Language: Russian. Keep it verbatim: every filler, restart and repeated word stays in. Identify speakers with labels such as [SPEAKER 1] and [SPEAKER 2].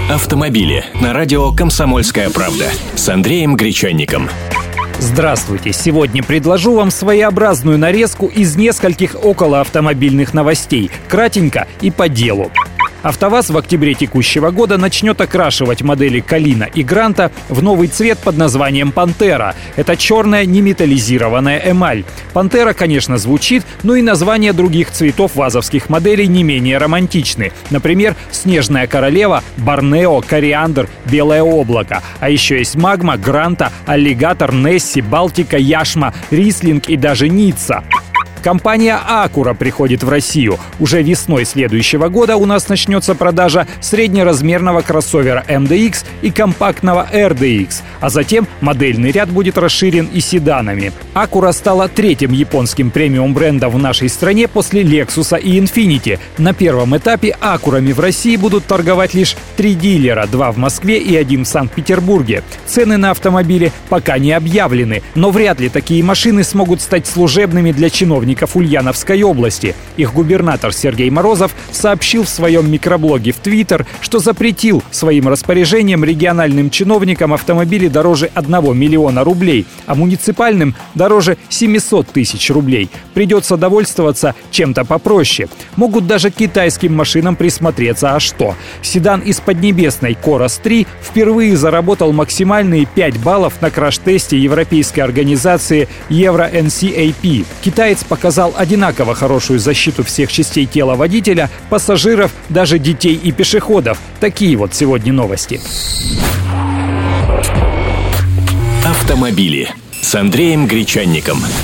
[SPEAKER 1] Автомобили на радио «Комсомольская правда» с Андреем Гречанником.
[SPEAKER 2] Здравствуйте! Сегодня предложу вам своеобразную нарезку из нескольких околоавтомобильных новостей, кратенько и по делу. АвтоВАЗ в октябре текущего года начнет окрашивать модели Калина и Гранта в новый цвет под названием «Пантера». Это черная неметаллизированная эмаль. «Пантера», конечно, звучит, но и названия других цветов вазовских моделей не менее романтичны. Например, «Снежная королева», «Борнео», «Кориандр», «Белое облако». А еще есть «Магма», «Гранта», «Аллигатор», «Несси», «Балтика», «Яшма», «Рислинг» и даже «Ницца». Компания Acura приходит в Россию. Уже весной следующего года у нас начнется продажа среднеразмерного кроссовера эм дэ икс и компактного эр дэ икс, а затем модельный ряд будет расширен и седанами. Acura стала третьим японским премиум-брендом в нашей стране после Lexus и Infiniti. На первом этапе Acura'ми в России будут торговать лишь три дилера, два в Москве и один в Санкт-Петербурге. Цены на автомобили пока не объявлены, но вряд ли такие машины смогут стать служебными для чиновников Ульяновской области. Их губернатор Сергей Морозов сообщил в своем микроблоге в Твиттер, что запретил своим распоряжением региональным чиновникам автомобили дороже одного миллиона рублей, а муниципальным дороже семьсот тысяч рублей. Придется довольствоваться чем-то попроще. Могут даже к китайским машинам присмотреться, а что? Седан из Поднебесной Корос три впервые заработал максимальные пять баллов на краш-тесте европейской организации Euro эн си эй пи. Китаец показал одинаково хорошую защиту всех частей тела водителя, пассажиров, даже детей и пешеходов. Такие вот сегодня новости.
[SPEAKER 1] Автомобили с Андреем Гречанником.